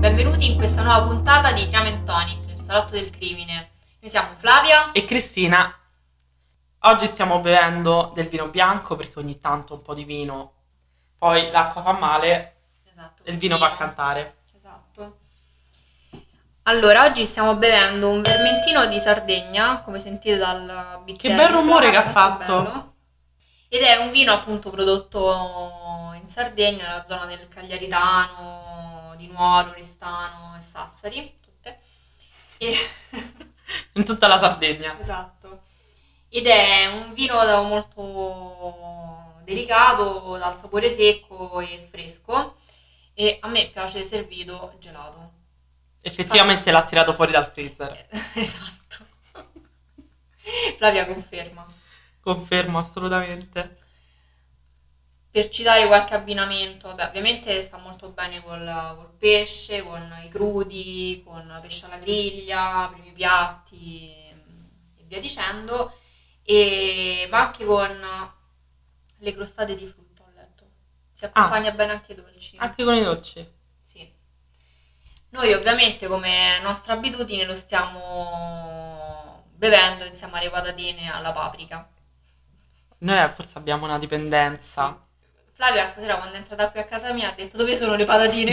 benvenuti in questa nuova puntata di Triam and Tonic, il salotto del crimine. Noi siamo Flavia e Cristina. Oggi stiamo bevendo del vino bianco perché ogni tanto un po' di vino, poi l'acqua fa male, esatto, e il vino fa cantare. Esatto. Allora, oggi stiamo bevendo un vermentino di Sardegna, come sentite dal bicchiere. Che bel di rumore Flavia, che ha fatto! bello. Ed è un vino appunto prodotto in Sardegna, nella zona del Cagliaritano, di Nuoro, Oristano e Sassari, tutte. E In tutta la Sardegna. esatto. Ed è un vino molto delicato, dal sapore secco e fresco, e a me piace servito gelato. Effettivamente l'ha tirato fuori dal freezer. Esatto. Flavia conferma. Confermo assolutamente. Per citare qualche abbinamento, vabbè, ovviamente sta molto bene col pesce, con i crudi, con pesce alla griglia, primi piatti e via dicendo, ma anche con le crostate di frutta, ho letto. Si accompagna bene anche ai dolci. Anche con i dolci? Sì. Noi ovviamente come nostra abitudine lo stiamo bevendo insieme alle patatine e alla paprika. Noi forse abbiamo una dipendenza. Sì. Flavia stasera quando è entrata qui a casa mia ha detto: dove sono le patatine?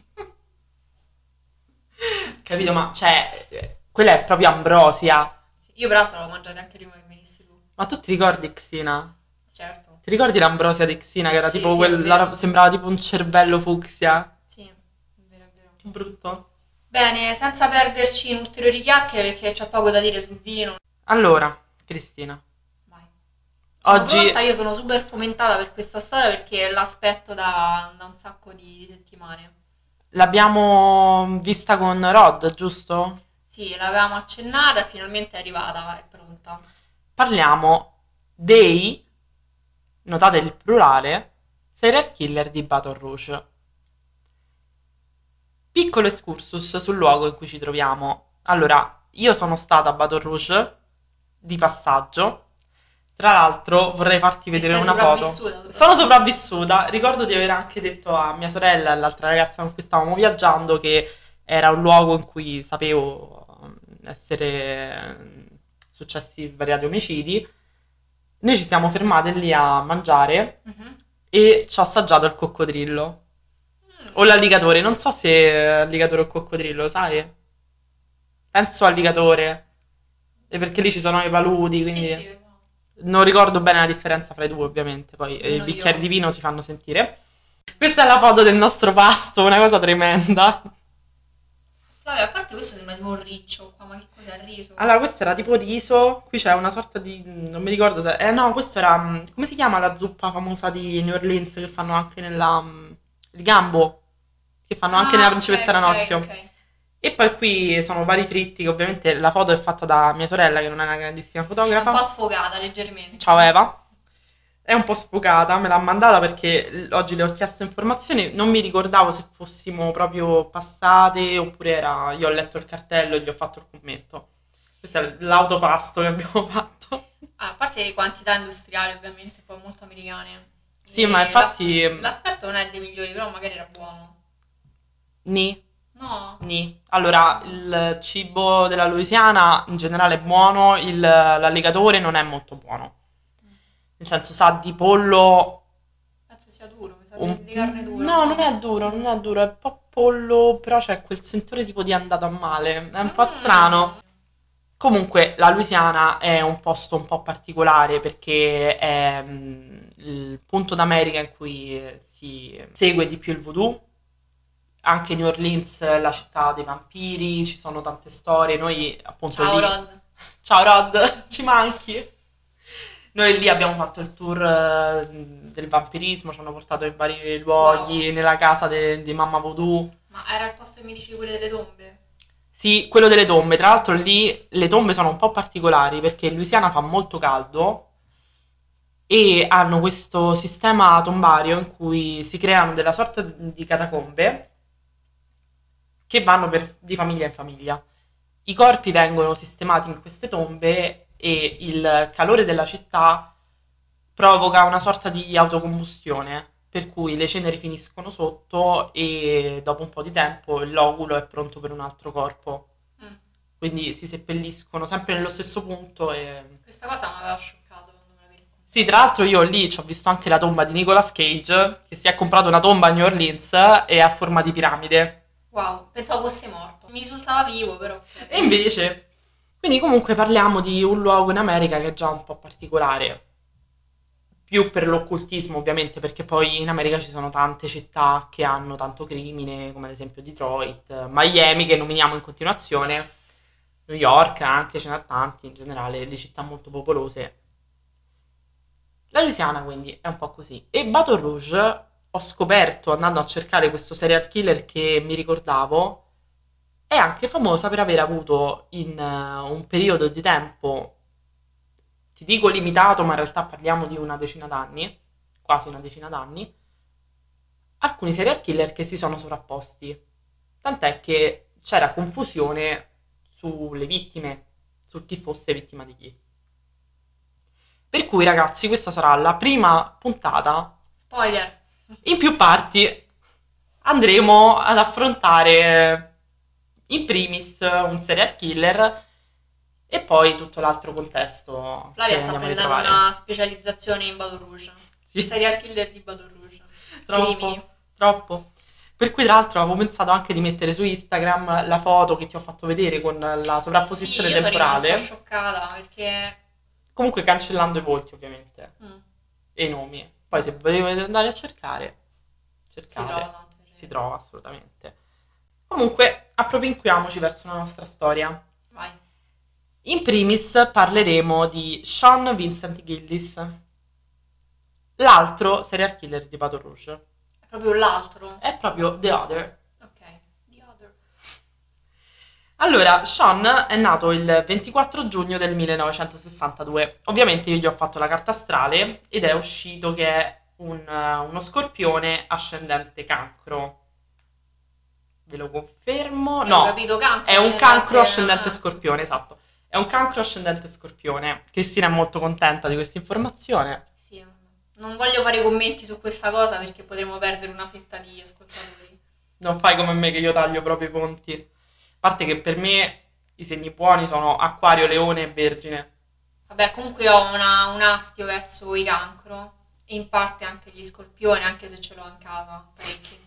Capito, ma cioè, quella è proprio ambrosia. Sì, io peraltro l'ho mangiata anche prima che venissi tu. Ma tu ti ricordi Xina? Certo. Ti ricordi l'ambrosia di Xina che era Sì, tipo sì, è vero. sembrava tipo un cervello fucsia? Sì, è vero, è vero. Che brutto. Bene, senza perderci in ulteriori chiacchiere perché c'è poco da dire sul vino. Allora, Cristina, Vai. Sono oggi pronta, io sono super fomentata per questa storia perché l'aspetto da un sacco di settimane. l'abbiamo vista con Rod, giusto? Sì, l'avevamo accennata e finalmente è arrivata, è pronta. Parliamo dei, notate il plurale, serial killer di Baton Rouge. Piccolo excursus sul luogo in cui ci troviamo. Allora, io sono stata a Baton Rouge di passaggio. Tra l'altro vorrei farti E vedere sei una foto. sopravvissuta. Sono sopravvissuta. Ricordo di aver anche detto a mia sorella e all'altra ragazza con cui stavamo viaggiando che era un luogo in cui sapevo essere successi svariati omicidi. Noi ci siamo fermate lì a mangiare Mhm. e ci ho assaggiato il coccodrillo. O l'alligatore, non so se alligatore o coccodrillo, sai? Penso alligatore. E perché lì ci sono i paludi, Sì, quindi sì, non ricordo bene la differenza fra i due, ovviamente. Poi i nemmeno bicchieri io. di vino si fanno sentire. Questa è la foto del nostro pasto, una cosa tremenda. Flavia, a parte questo sembra tipo un riccio qua, ma che cos'è il riso? Allora, questo era tipo riso, qui c'è una sorta di... non mi ricordo se... no, questo era... come si chiama la zuppa famosa di New Orleans che fanno anche nella... il gambo, che fanno anche nella Ah, ok, Principessa ok, Ranocchio. ok. E poi qui sono vari fritti, che ovviamente la foto è fatta da mia sorella, che non è una grandissima È un po' fotografa. sfogata leggermente. Ciao Eva. È un po' sfocata, me l'ha mandata perché oggi le ho chiesto informazioni, non mi ricordavo se fossimo proprio passate oppure era... io ho letto il cartello e gli ho fatto il commento. Questo è l'autopasto che abbiamo fatto. Ah, a parte le quantità industriali, ovviamente, poi molto americane. Sì, ma infatti... L'aspetto non è dei migliori, però magari era buono. Ni. No? Ni. Allora, il cibo della Louisiana in generale è buono, l'alligatore non è molto buono. Nel senso, sa di pollo... Penso sia duro, mi sa un- di carne dura. No, non è duro, non è duro, è un po' pollo, però c'è quel sentore tipo di andato a male. È un po' strano. Comunque, la Louisiana è un posto un po' particolare perché è il punto d'America in cui si segue di più il voodoo. Anche New Orleans, la città dei vampiri, ci sono tante storie. Noi, appunto, Ciao lì. Rod. Ciao Rod, ci manchi. Noi lì abbiamo fatto il tour del vampirismo, ci hanno portato in vari luoghi, Wow. nella casa di Mamma Voodoo. Ma era il posto che mi dicevi quelli delle tombe? Sì, quello delle tombe. Tra l'altro lì le tombe sono un po' particolari perché in Louisiana fa molto caldo e hanno questo sistema tombario in cui si creano della sorta di catacombe che vanno di famiglia in famiglia. I corpi vengono sistemati in queste tombe e il calore della città provoca una sorta di autocombustione per cui le ceneri finiscono sotto e dopo un po' di tempo l'ovulo è pronto per un altro corpo. Mm. Quindi si seppelliscono sempre nello stesso punto e... Questa cosa mi aveva scioccato quando me l'avevi Sì, raccontata. tra l'altro io lì ci ho visto anche la tomba di Nicolas Cage, che si è comprato una tomba a New Orleans e è a forma di piramide. Wow, pensavo fosse morto. Mi risultava vivo, però E ok. invece... Quindi comunque parliamo di un luogo in America che è già un po' particolare, più per l'occultismo ovviamente, perché poi in America ci sono tante città che hanno tanto crimine, come ad esempio Detroit, Miami che nominiamo in continuazione, New York anche, ce n'è tanti in generale, le città molto popolose. La Louisiana quindi è un po' così. E Baton Rouge ho scoperto andando a cercare questo serial killer che mi ricordavo, è anche famosa per aver avuto in un periodo di tempo, ti dico limitato, ma in realtà parliamo di una decina d'anni, quasi una decina d'anni, alcuni serial killer che si sono sovrapposti. Tant'è che c'era confusione sulle vittime, su chi fosse vittima di chi. Per cui, ragazzi, questa sarà la prima puntata. Spoiler. In più parti andremo ad affrontare in primis un serial killer e poi tutto l'altro contesto Flavia che sta andiamo a prendendo ritrovare. una specializzazione in Baton Rouge. Sì, Serial killer di Baton Rouge. Crimini. troppo, troppo. Per cui, tra l'altro, avevo pensato anche di mettere su Instagram la foto che ti ho fatto vedere con la Sì, sovrapposizione io sono rimasta temporale. scioccata perché... Comunque cancellando i volti, ovviamente, mm, e i nomi. Poi se volete andare a cercare, si trova cercate. tanto in Si rete. trova assolutamente. Comunque, appropinquiamoci verso la nostra storia. Vai. In primis parleremo di Sean Vincent Gillis, l'altro serial killer di Baton Rouge. È proprio l'altro. È proprio The Other. Ok. The Other. Allora, Sean è nato il 24 giugno del 1962. Ovviamente io gli ho fatto la carta astrale ed è uscito che è uno scorpione ascendente cancro. Ve lo confermo? Io ho No, capito cancro è un cancro ascendente. ascendente scorpione, esatto. È un cancro ascendente scorpione. Cristina è molto contenta di questa informazione. Sì, non voglio fare commenti su questa cosa perché potremmo perdere una fetta di ascoltatori. Non fai come me che io taglio proprio i ponti. A parte che per me i segni buoni sono Acquario, Leone e Vergine. Vabbè, comunque ho un astio verso i cancro e in parte anche gli scorpioni, anche se ce l'ho in casa, parecchi.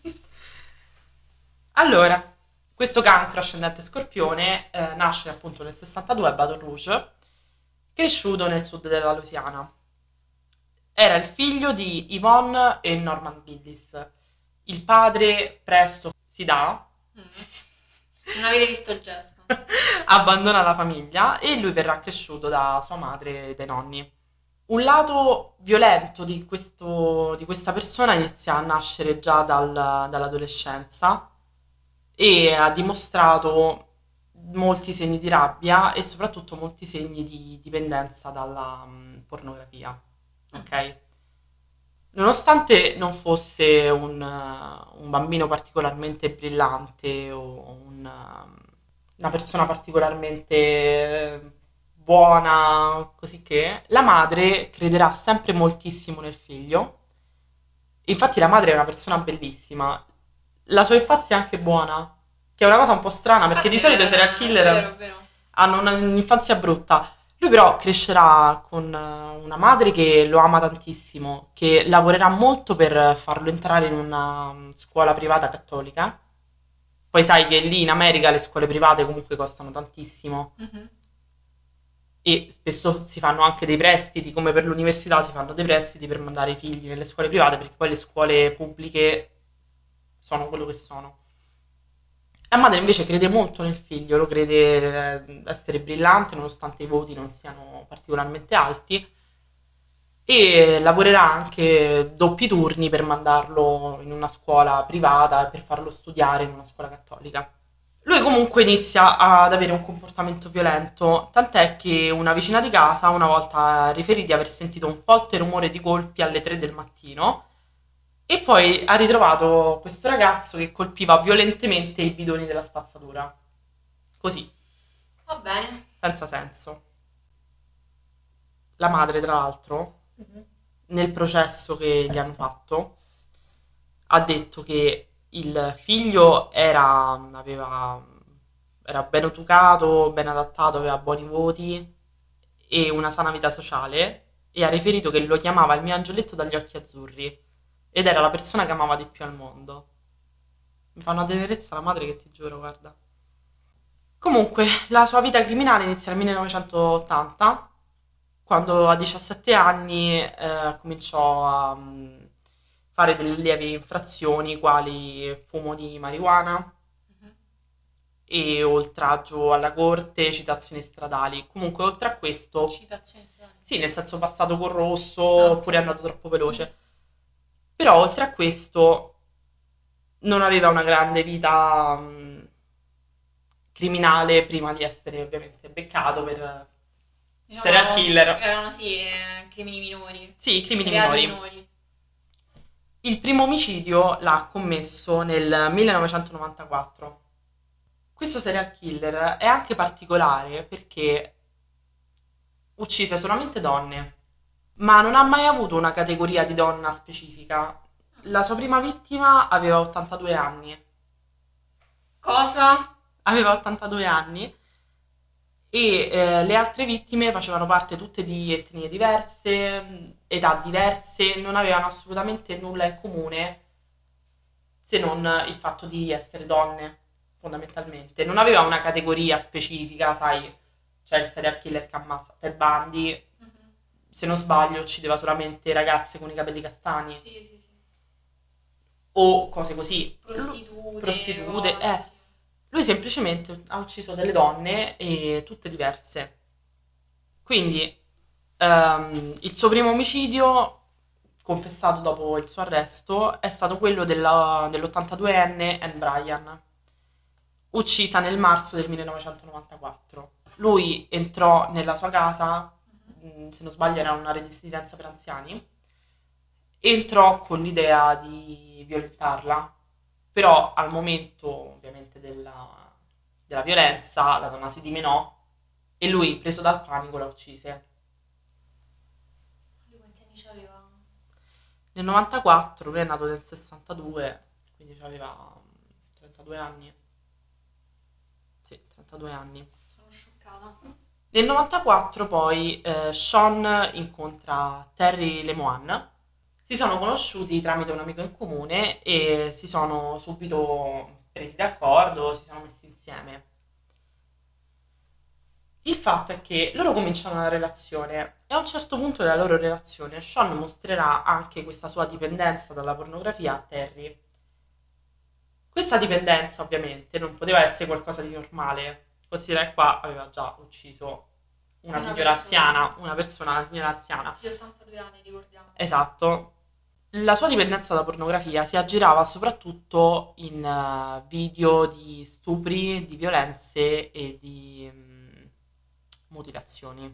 Allora, questo cancro ascendente scorpione nasce appunto nel 62 a Baton Rouge, cresciuto nel sud della Louisiana. Era il figlio di Yvonne e Norman Gillis. Il padre presto si dà, Mm. Non avete visto il gesto? abbandona la famiglia e lui verrà cresciuto da sua madre e dai nonni. Un lato violento di questa persona inizia a nascere già dall'adolescenza e ha dimostrato molti segni di rabbia e soprattutto molti segni di dipendenza dalla pornografia. Mm. Ok? Nonostante non fosse un bambino particolarmente brillante o una persona particolarmente buona, così che, la madre crederà sempre moltissimo nel figlio. Infatti la madre è una persona bellissima. La sua infanzia è anche buona, che è una cosa un po' strana perché di Infatti solito i serial è vero, killer è vero. hanno un'infanzia brutta. Lui però crescerà con una madre che lo ama tantissimo, che lavorerà molto per farlo entrare in una scuola privata cattolica. Poi sai che lì in America le scuole private comunque costano tantissimo Mhm. e spesso si fanno anche dei prestiti, come per l'università si fanno dei prestiti per mandare i figli nelle scuole private, perché poi le scuole pubbliche sono quello che sono. La madre invece crede molto nel figlio, lo crede essere brillante nonostante i voti non siano particolarmente alti e lavorerà anche doppi turni per mandarlo in una scuola privata e per farlo studiare in una scuola cattolica. Lui comunque inizia ad avere un comportamento violento, tant'è che una vicina di casa una volta riferì di aver sentito un forte rumore di colpi alle 3 del mattino e poi ha ritrovato questo ragazzo che colpiva violentemente i bidoni della spazzatura. Così, Va bene. senza senso. La madre, tra l'altro, Mhm. nel processo che gli hanno fatto, ha detto che il figlio era ben educato, ben adattato, aveva buoni voti e una sana vita sociale e ha riferito che lo chiamava il mio angioletto dagli occhi azzurri ed era la persona che amava di più al mondo. Mi fa una tenerezza la madre che ti giuro, guarda. Comunque, la sua vita criminale inizia nel 1980, quando a 17 anni cominciò a fare delle lievi infrazioni quali fumo di marijuana Mhm. e oltraggio alla corte, citazioni stradali. Comunque, oltre a questo, Citazioni strane. sì, nel senso passato col rosso, Ah, oppure è ok. andato troppo veloce. Però, oltre a questo, non aveva una grande vita criminale prima di essere ovviamente beccato per serial Diciamo, killer. erano sì, crimini minori, Sì, crimini reati minori. minori. Il primo omicidio l'ha commesso nel 1994. Questo serial killer è anche particolare perché uccise solamente donne, ma non ha mai avuto una categoria di donna specifica. La sua prima vittima aveva 82 anni. Cosa? Aveva 82 anni e le altre vittime facevano parte tutte di etnie diverse, età diverse, non avevano assolutamente nulla in comune se non il fatto di essere donne, fondamentalmente. Non aveva una categoria specifica, sai, c'è il serial killer che ammazza Ted Bundy, Mhm. se non sbaglio uccideva solamente ragazze con i capelli castani Sì, sì, sì. o cose così. Prostitute, Prostitute, cose, sì. lui semplicemente ha ucciso delle donne e tutte diverse. Quindi il suo primo omicidio, confessato dopo il suo arresto, è stato quello dell'82enne Anne Bryan, uccisa nel marzo del 1994. Lui entrò nella sua casa, Mhm. se non sbaglio era una residenza per anziani, entrò con l'idea di violentarla, però al momento ovviamente della violenza la donna si dimenò e lui, preso dal panico, la uccise. Lui quanti anni c'aveva? Nel 94, lui è nato nel 62, quindi aveva 32 anni. Sì, 32 anni. Sono scioccata. Nel 94 poi Sean incontra Terry Lemoine, si sono conosciuti tramite un amico in comune e si sono subito presi d'accordo, si sono messi insieme. Il fatto è che loro cominciano una relazione e a un certo punto della loro relazione Sean mostrerà anche questa sua dipendenza dalla pornografia a Terry. Questa dipendenza ovviamente non poteva essere qualcosa di normale, considera che qua aveva già ucciso una Una signora persona anziana, una persona, una signora anziana. di 82 anni, ricordiamo. Esatto. La sua dipendenza da pornografia si aggirava soprattutto in video di stupri, di violenze e di mutilazioni.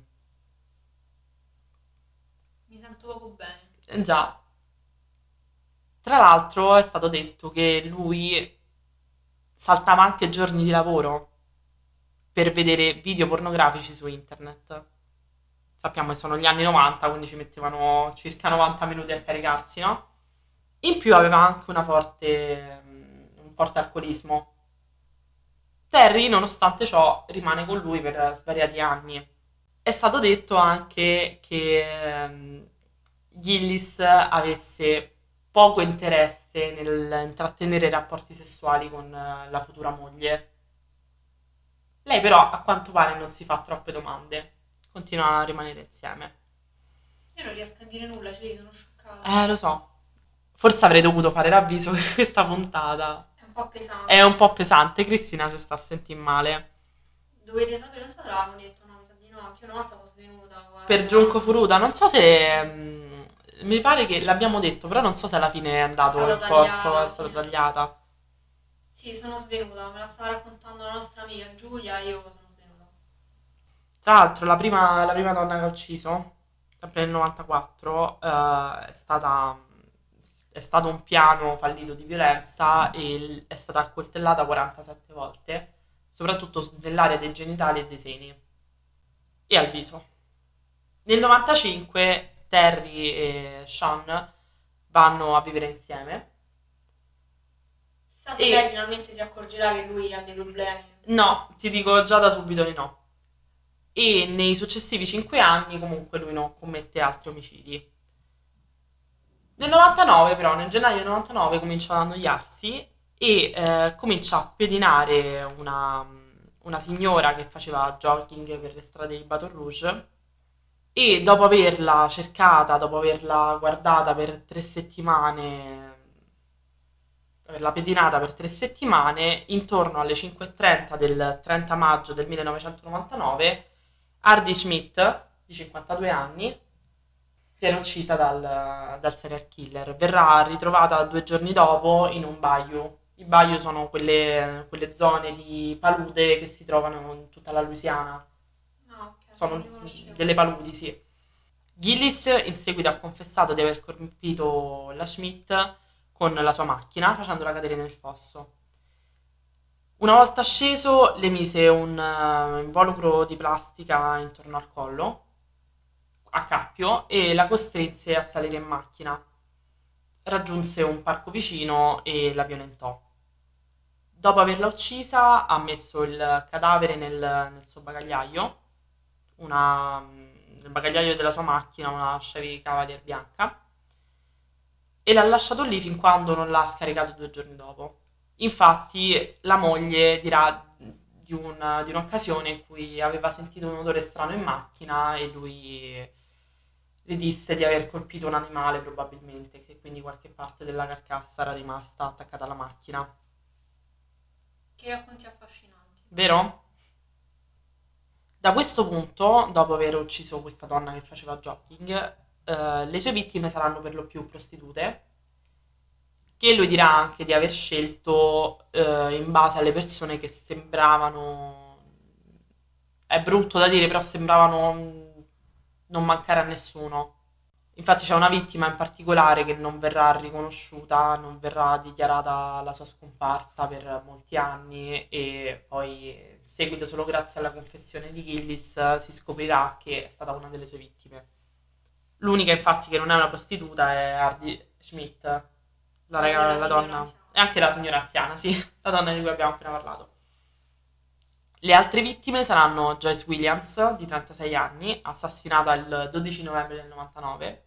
Mi sento poco bene. Già, tra l'altro è stato detto che lui saltava anche giorni di lavoro per vedere video pornografici su internet. Sappiamo che sono gli anni 90, quindi ci mettevano circa 90 minuti a caricarsi, no? In più aveva anche un forte alcolismo. Terry, nonostante ciò, rimane con lui per svariati anni. È stato detto anche che Gillis avesse poco interesse nel intrattenere rapporti sessuali con la futura moglie. Lei però a quanto pare non si fa troppe domande, continuano a rimanere insieme. Io non riesco a dire nulla, cioè sono scioccata. Lo so, forse avrei dovuto fare l'avviso che questa puntata È un po' è un pesante. po' pesante. Cristina si sta a sentire male. Dovete sapere, non so se l'avevamo detto, no, mi sa di no, che io una volta sono svenuta, Per Giunco guarda. Furuta, non so se... Sì, mi pare che l'abbiamo detto, però non so se alla fine è è andato stata in porto, è tagliata, stata sì. tagliata. Sì, sono svenuta, me la stava raccontando la nostra amica Giulia, io sono svenuta. Tra l'altro, la prima donna che ha ucciso, sempre nel 94, è stato un piano fallito di violenza e è stata accoltellata 47 volte, soprattutto nell'area dei genitali e dei seni e al viso. Nel 95 Terry e Sean vanno a vivere insieme Chissà se lei E finalmente si accorgerà che lui ha dei problemi. no, ti dico già da subito di no. E nei successivi 5 anni comunque lui non commette altri omicidi. Nel 99 però, nel gennaio del 99 comincia ad annoiarsi e comincia a pedinare una signora che faceva jogging per le strade di Baton Rouge e dopo averla cercata, dopo averla guardata per 3 settimane, averla pedinata per 3 settimane, intorno alle 5:30 del 30 maggio del 1999, Hardy Schmidt, di 52 anni, viene uccisa dal serial killer. Verrà ritrovata 2 giorni dopo in un bayou. I bayou sono quelle zone di palude che si trovano in tutta la Louisiana. Ah, ok, non li Sono conoscevo. delle paludi, sì. Gillis in seguito ha confessato di aver colpito la Schmidt con la sua macchina, facendola cadere nel fosso. Una volta sceso, le mise un involucro di plastica intorno al collo, a cappio, e la costrinse a salire in macchina. Raggiunse un parco vicino e la violentò. Dopo averla uccisa, ha messo il cadavere nel suo bagagliaio, nel bagagliaio della sua macchina, una Chevy Cavalier bianca, e l'ha lasciato lì fin quando non l'ha scaricato 2 giorni dopo. Infatti, la moglie dirà di un'occasione in cui aveva sentito un odore strano in macchina e lui le disse di aver colpito un animale probabilmente, che quindi qualche parte della carcassa era rimasta attaccata alla macchina. Che racconti affascinanti. Vero? Da questo punto, dopo aver ucciso questa donna che faceva jogging, le sue vittime saranno per lo più prostitute, che lui dirà anche di aver scelto in base alle persone che sembravano, è brutto da dire, però sembravano non mancare a nessuno. Infatti c'è una vittima in particolare che non verrà riconosciuta, non verrà dichiarata la sua scomparsa per molti anni e poi in seguito solo grazie alla confessione di Gillis si scoprirà che è stata una delle sue vittime. L'unica infatti che non è una prostituta è Hardy Schmidt, Proprio la la signora donna, anziana. e anche la signora anziana, sì, la donna di cui abbiamo appena parlato. Le altre vittime saranno Joyce Williams, di 36 anni, assassinata il 12 novembre del 99,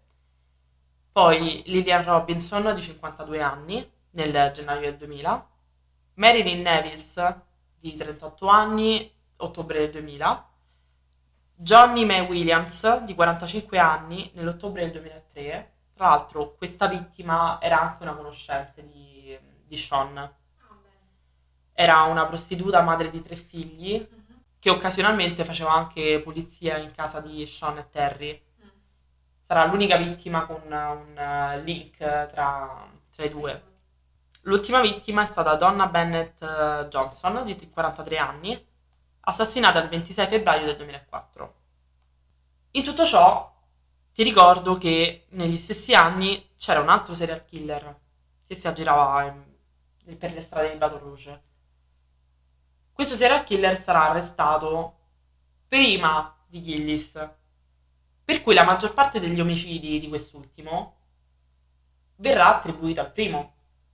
poi Lillian Robinson, di 52 anni, nel gennaio del 2000, Marilyn Nevils, di 38 anni, ottobre del 2000, Johnny Mae Williams, di 45 anni, nell'ottobre del 2003. Tra l'altro, questa vittima era anche una conoscente di Sean. Ah, bene. Era una prostituta madre di 3 figli Mhm. che occasionalmente faceva anche pulizia in casa di Sean e Terry. Mm. Sarà l'unica vittima con un link tra i Tra i due. due. L'ultima vittima è stata Donna Bennett Johnson, di 43 anni, assassinata il 26 febbraio del 2004. In tutto ciò, ti ricordo che negli stessi anni c'era un altro serial killer che si aggirava per le strade di Baton Rouge. Questo serial killer sarà arrestato prima di Gillis, per cui la maggior parte degli omicidi di quest'ultimo verrà attribuito al primo,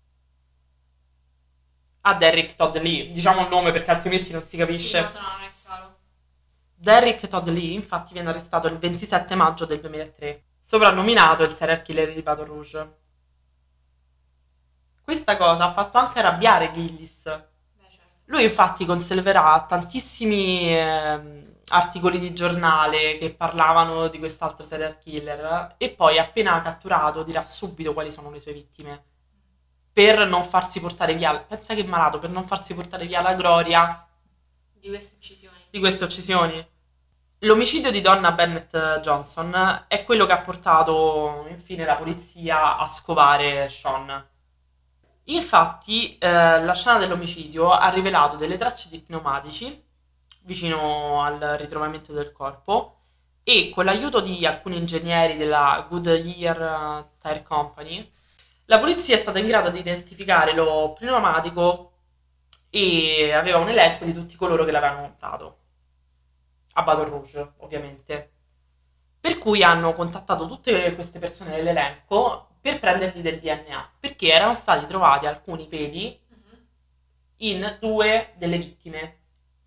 a Derrick Todd Lee. Diciamo il nome perché altrimenti non si Sì, no, capisce. se no non è chiaro. Derrick Todd Lee infatti viene arrestato il 27 maggio del 2003, soprannominato il serial killer di Baton Rouge. Questa cosa ha fatto anche arrabbiare Gillis. Beh, certo. Lui infatti conserverà tantissimi articoli di giornale che parlavano di quest'altro serial killer e poi appena catturato dirà subito quali sono le sue vittime per non farsi portare via, pensa che malato, per non farsi portare via la gloria Di queste uccisioni. di queste uccisioni. L'omicidio di Donna Bennett Johnson è quello che ha portato infine la polizia a scovare Sean. Infatti, la scena dell'omicidio ha rivelato delle tracce di pneumatici vicino al ritrovamento del corpo e con l'aiuto di alcuni ingegneri della Goodyear Tire Company, la polizia è stata in grado di identificare lo pneumatico e aveva un elenco di tutti coloro che l'avevano comprato. A Baton Rouge, ovviamente. Per cui hanno contattato tutte queste persone dell'elenco per prendergli del DNA, perché erano stati trovati alcuni peli in due delle vittime.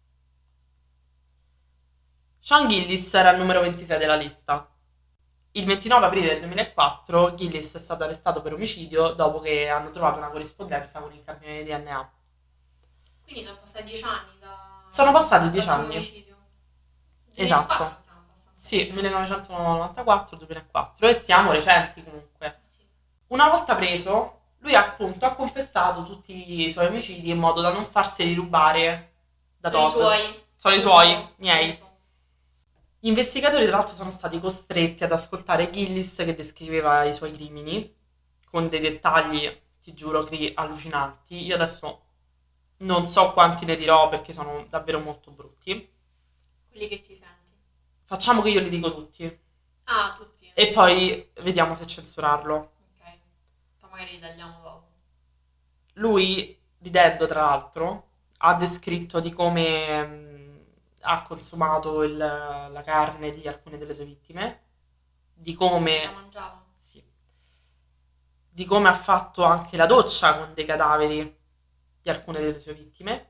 Sean Gillis era il numero 26 della lista. Il 29 aprile del 2004 Gillis è stato arrestato per omicidio dopo che hanno trovato una corrispondenza con il campione di DNA. Quindi sono passati 10 anni Sono passati 10 dal primo anni. omicidio. Esatto. 2004 stiamo abbastanza Sì, recenti. 1994-2004 e siamo recenti comunque. Sì. Una volta preso, lui appunto ha confessato tutti i suoi omicidi in modo da non farseli rubare da Sono i Todd. suoi. Sono i Punto. suoi, miei. Punto. Gli investigatori tra l'altro sono stati costretti ad ascoltare Gillis che descriveva i suoi crimini con dei dettagli, ti giuro, allucinanti. Io adesso non so quanti ne dirò perché sono davvero molto brutti. Quelli che ti senti. Facciamo che io li dico tutti Ah, tutti. e poi vediamo se censurarlo. Ok. Poi magari li tagliamo dopo. Lui, ridendo tra l'altro, ha descritto di come ha consumato la carne di alcune delle sue vittime, di La come, mangiavo. sì, di come ha fatto anche la doccia con dei cadaveri di alcune delle sue vittime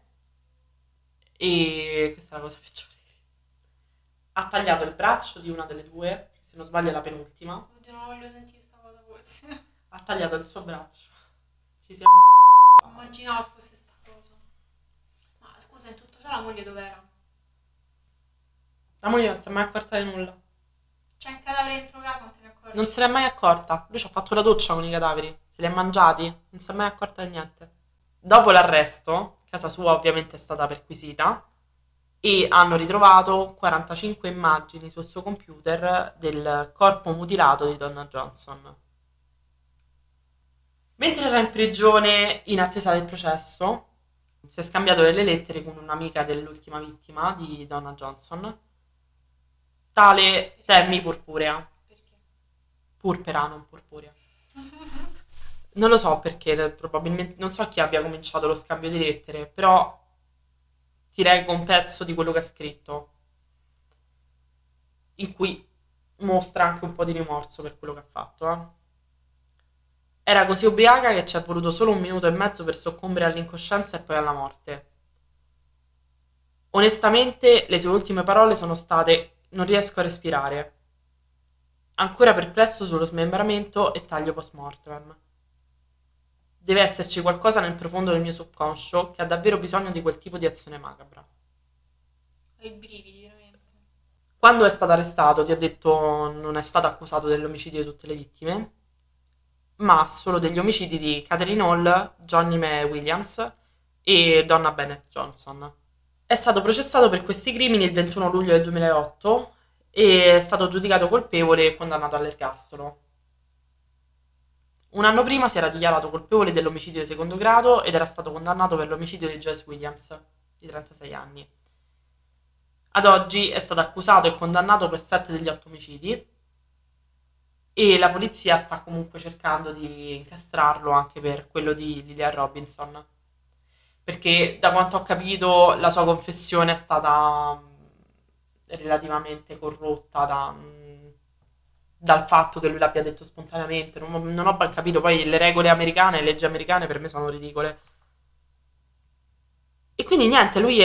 e questa è la cosa peggiore. Ha tagliato il braccio di una delle due, se non sbaglio è la penultima, Oddio, non voglio sentire sta cosa forse. ha tagliato il suo braccio. Ci siamo. Immaginavo fosse sta cosa. Ma scusa, in tutto ciò la moglie dov'era? La moglie non si è mai accorta di nulla. C'è un cadavere dentro casa, non te ne accorgi? Non se n'è mai accorta. Lui ci ha fatto la doccia con i cadaveri. Se li ha mangiati. Non si è mai accorta di niente. Dopo l'arresto, casa sua ovviamente è stata perquisita e hanno ritrovato 45 immagini sul suo computer del corpo mutilato di Donna Johnson. Mentre era in prigione in attesa del processo, si è scambiato delle lettere con un'amica dell'ultima vittima di Donna Johnson, tale Tammy Purpurea. Perché? Purpera, non purpurea. Non lo so perché, probabilmente non so chi abbia cominciato lo scambio di lettere, però ti leggo un pezzo di quello che ha scritto, in cui mostra anche un po' di rimorso per quello che ha fatto. Era così ubriaca che ci è voluto solo 1 minuto e mezzo per soccombere all'incoscienza e poi alla morte. Onestamente, le sue ultime parole sono state: non riesco a respirare. Ancora perplesso sullo smembramento e taglio post mortem. Deve esserci qualcosa nel profondo del mio subconscio che ha davvero bisogno di quel tipo di azione macabra. Ho i brividi, veramente. Quando è stato arrestato, ti ho detto, non è stato accusato dell'omicidio di tutte le vittime, ma solo degli omicidi di Catherine Hall, Johnny Mae Williams e Donna Bennett Johnson. È stato processato per questi crimini il 21 luglio del 2008 e è stato giudicato colpevole e condannato all'ergastolo. Un anno prima si era dichiarato colpevole dell'omicidio di secondo grado ed era stato condannato per l'omicidio di Joyce Williams, di 36 anni. Ad oggi è stato accusato e condannato per 7 degli 8 omicidi e la polizia sta comunque cercando di incastrarlo anche per quello di Lillian Robinson. Perché da quanto ho capito la sua confessione è stata relativamente corrotta dal fatto che lui l'abbia detto spontaneamente. Non ho ben capito, poi le regole americane, le leggi americane per me sono ridicole. E quindi niente, lui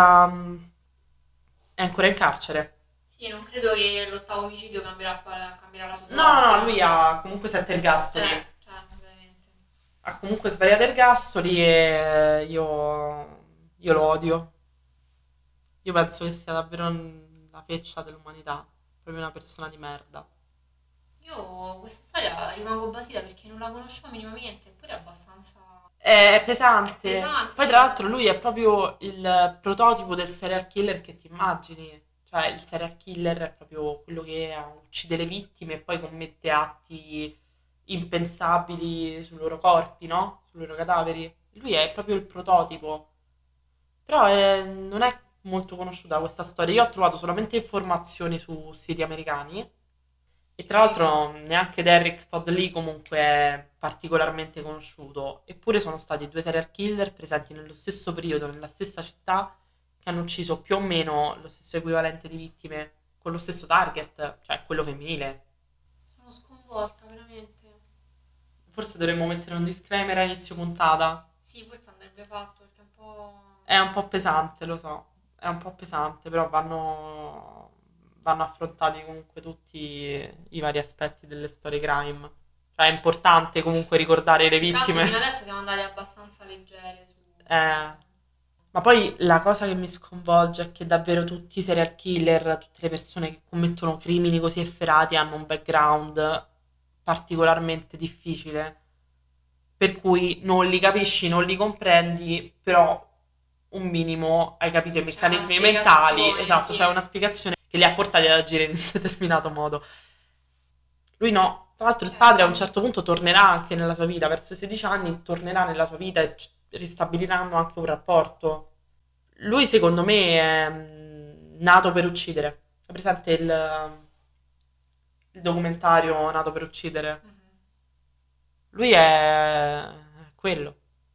è ancora in carcere. Sì, non credo che l'8º omicidio cambierà la sua No, sorte. lui ha comunque 7 ergastoli. Cioè, veramente. Ha comunque svariati ergastoli e io lo odio. Io penso che sia davvero la feccia dell'umanità. Proprio una persona di merda. Io questa storia rimango basita perché non la conoscevo minimamente, eppure è abbastanza... È È pesante. pesante. Poi, tra l'altro, lui è proprio il prototipo del serial killer che ti immagini. Cioè, il serial killer è proprio quello che uccide le vittime e poi commette atti impensabili sui loro corpi, no? Sui loro cadaveri. Lui è proprio il prototipo. Però non è molto conosciuta questa storia. Io ho trovato solamente informazioni su siti americani. E tra l'altro neanche Derek Todd Lee comunque è particolarmente conosciuto, eppure sono stati due serial killer presenti nello stesso periodo, nella stessa città, che hanno ucciso più o meno lo stesso equivalente di vittime con lo stesso target, cioè quello femminile. Sono sconvolta, veramente. Forse dovremmo mettere un disclaimer a inizio puntata. Sì, forse andrebbe fatto perché è un po'... È un po' pesante, lo so, è un po' pesante, però vanno affrontati comunque tutti i vari aspetti delle storie crime. Cioè è importante comunque ricordare le Più che altro vittime. fino adesso siamo andati abbastanza leggeri su... Eh, ma poi la cosa che mi sconvolge è che davvero tutti i serial killer, tutte le persone che commettono crimini così efferati hanno un background particolarmente difficile, per cui non li capisci, non li comprendi, però un minimo hai capito i C'è una meccanismi mentali, spiegazione, esatto, sì. c'è una spiegazione che li ha portati ad agire in un determinato modo. Lui no, tra l'altro il padre a un Certo. certo punto tornerà anche nella sua vita, verso i 16 anni tornerà nella sua vita e ristabiliranno anche un rapporto. Lui secondo me è nato per uccidere. È presente il documentario Nato per uccidere? Mhm. Lui è quello.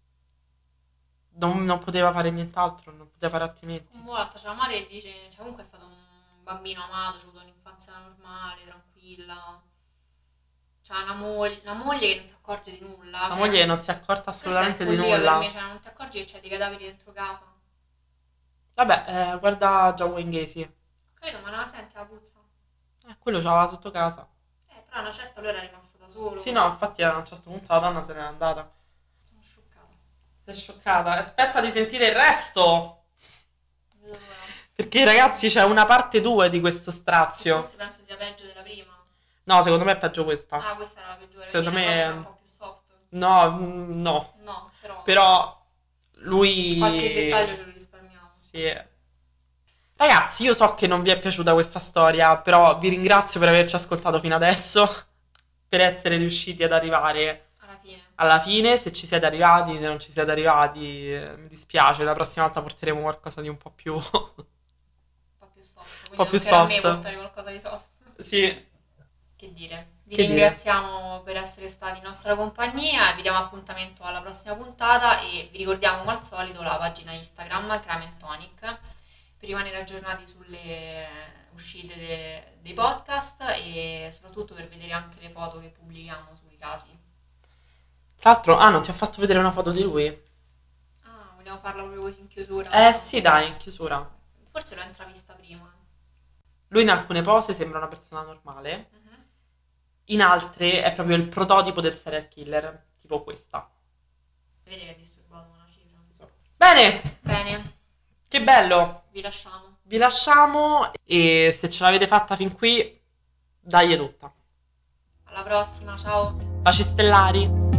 Non poteva fare nient'altro, non poteva fare Sono altrimenti. sconvolta, c'è la madre che dice, cioè comunque è stato un bambino amato, c'ha avuto un'infanzia normale, tranquilla. C'ha una moglie che non si accorge di nulla, La cioè moglie non si è accorta questa è assolutamente di follia per me, nulla. cioè non ti accorgi che c'è dei cadaveri dentro casa. Vabbè, guarda John Wayne Gacy. Credo, ma non la senti la puzza? Quello ce l'aveva sotto casa. Però a una certa lui era rimasto da solo. Sì, no, infatti a un certo punto la donna se n'è andata. Sono scioccata. Sei scioccata. Aspetta di sentire il resto. Non vedo l'ora. Perché ragazzi c'è una parte 2 di questo Che strazio. forse penso sia peggio della prima. No, secondo me è peggio questa. Ah, questa era la peggiore, quindi Secondo la prossima è un me... po' più soft. No, no. No, però Però qualche lui... dettaglio ce lo risparmiamo. Sì. Ragazzi, io so che non vi è piaciuta questa storia, però vi ringrazio per averci ascoltato fino adesso, per essere riusciti ad arrivare Alla fine, alla fine. Se ci siete arrivati, se non ci siete arrivati, mi dispiace. La prossima volta porteremo qualcosa di un po' più, un un po' più soft. po' Quindi più toccherà a me soft. portare qualcosa di soft. Sì, Che dire? Vi che dire. ringraziamo per essere stati in nostra compagnia e vi diamo appuntamento alla prossima puntata e vi ricordiamo come al solito la pagina Instagram Crime and Tonic per rimanere aggiornati sulle uscite dei podcast e soprattutto per vedere anche le foto che pubblichiamo sui casi. Tra l'altro, non ti ho fatto vedere una foto di lui. Ah, vogliamo farla proprio così in chiusura? Sì, dai, in chiusura. Forse l'ho intravista prima. Lui in alcune pose sembra una persona normale, Mhm. in altre è proprio il prototipo del serial killer, tipo questa. Vedi che è disturbato una cifra. Bene, Bene, che bello. vi lasciamo. Vi lasciamo e se ce l'avete fatta fin qui, dai tutta. Alla prossima, ciao! Baci stellari.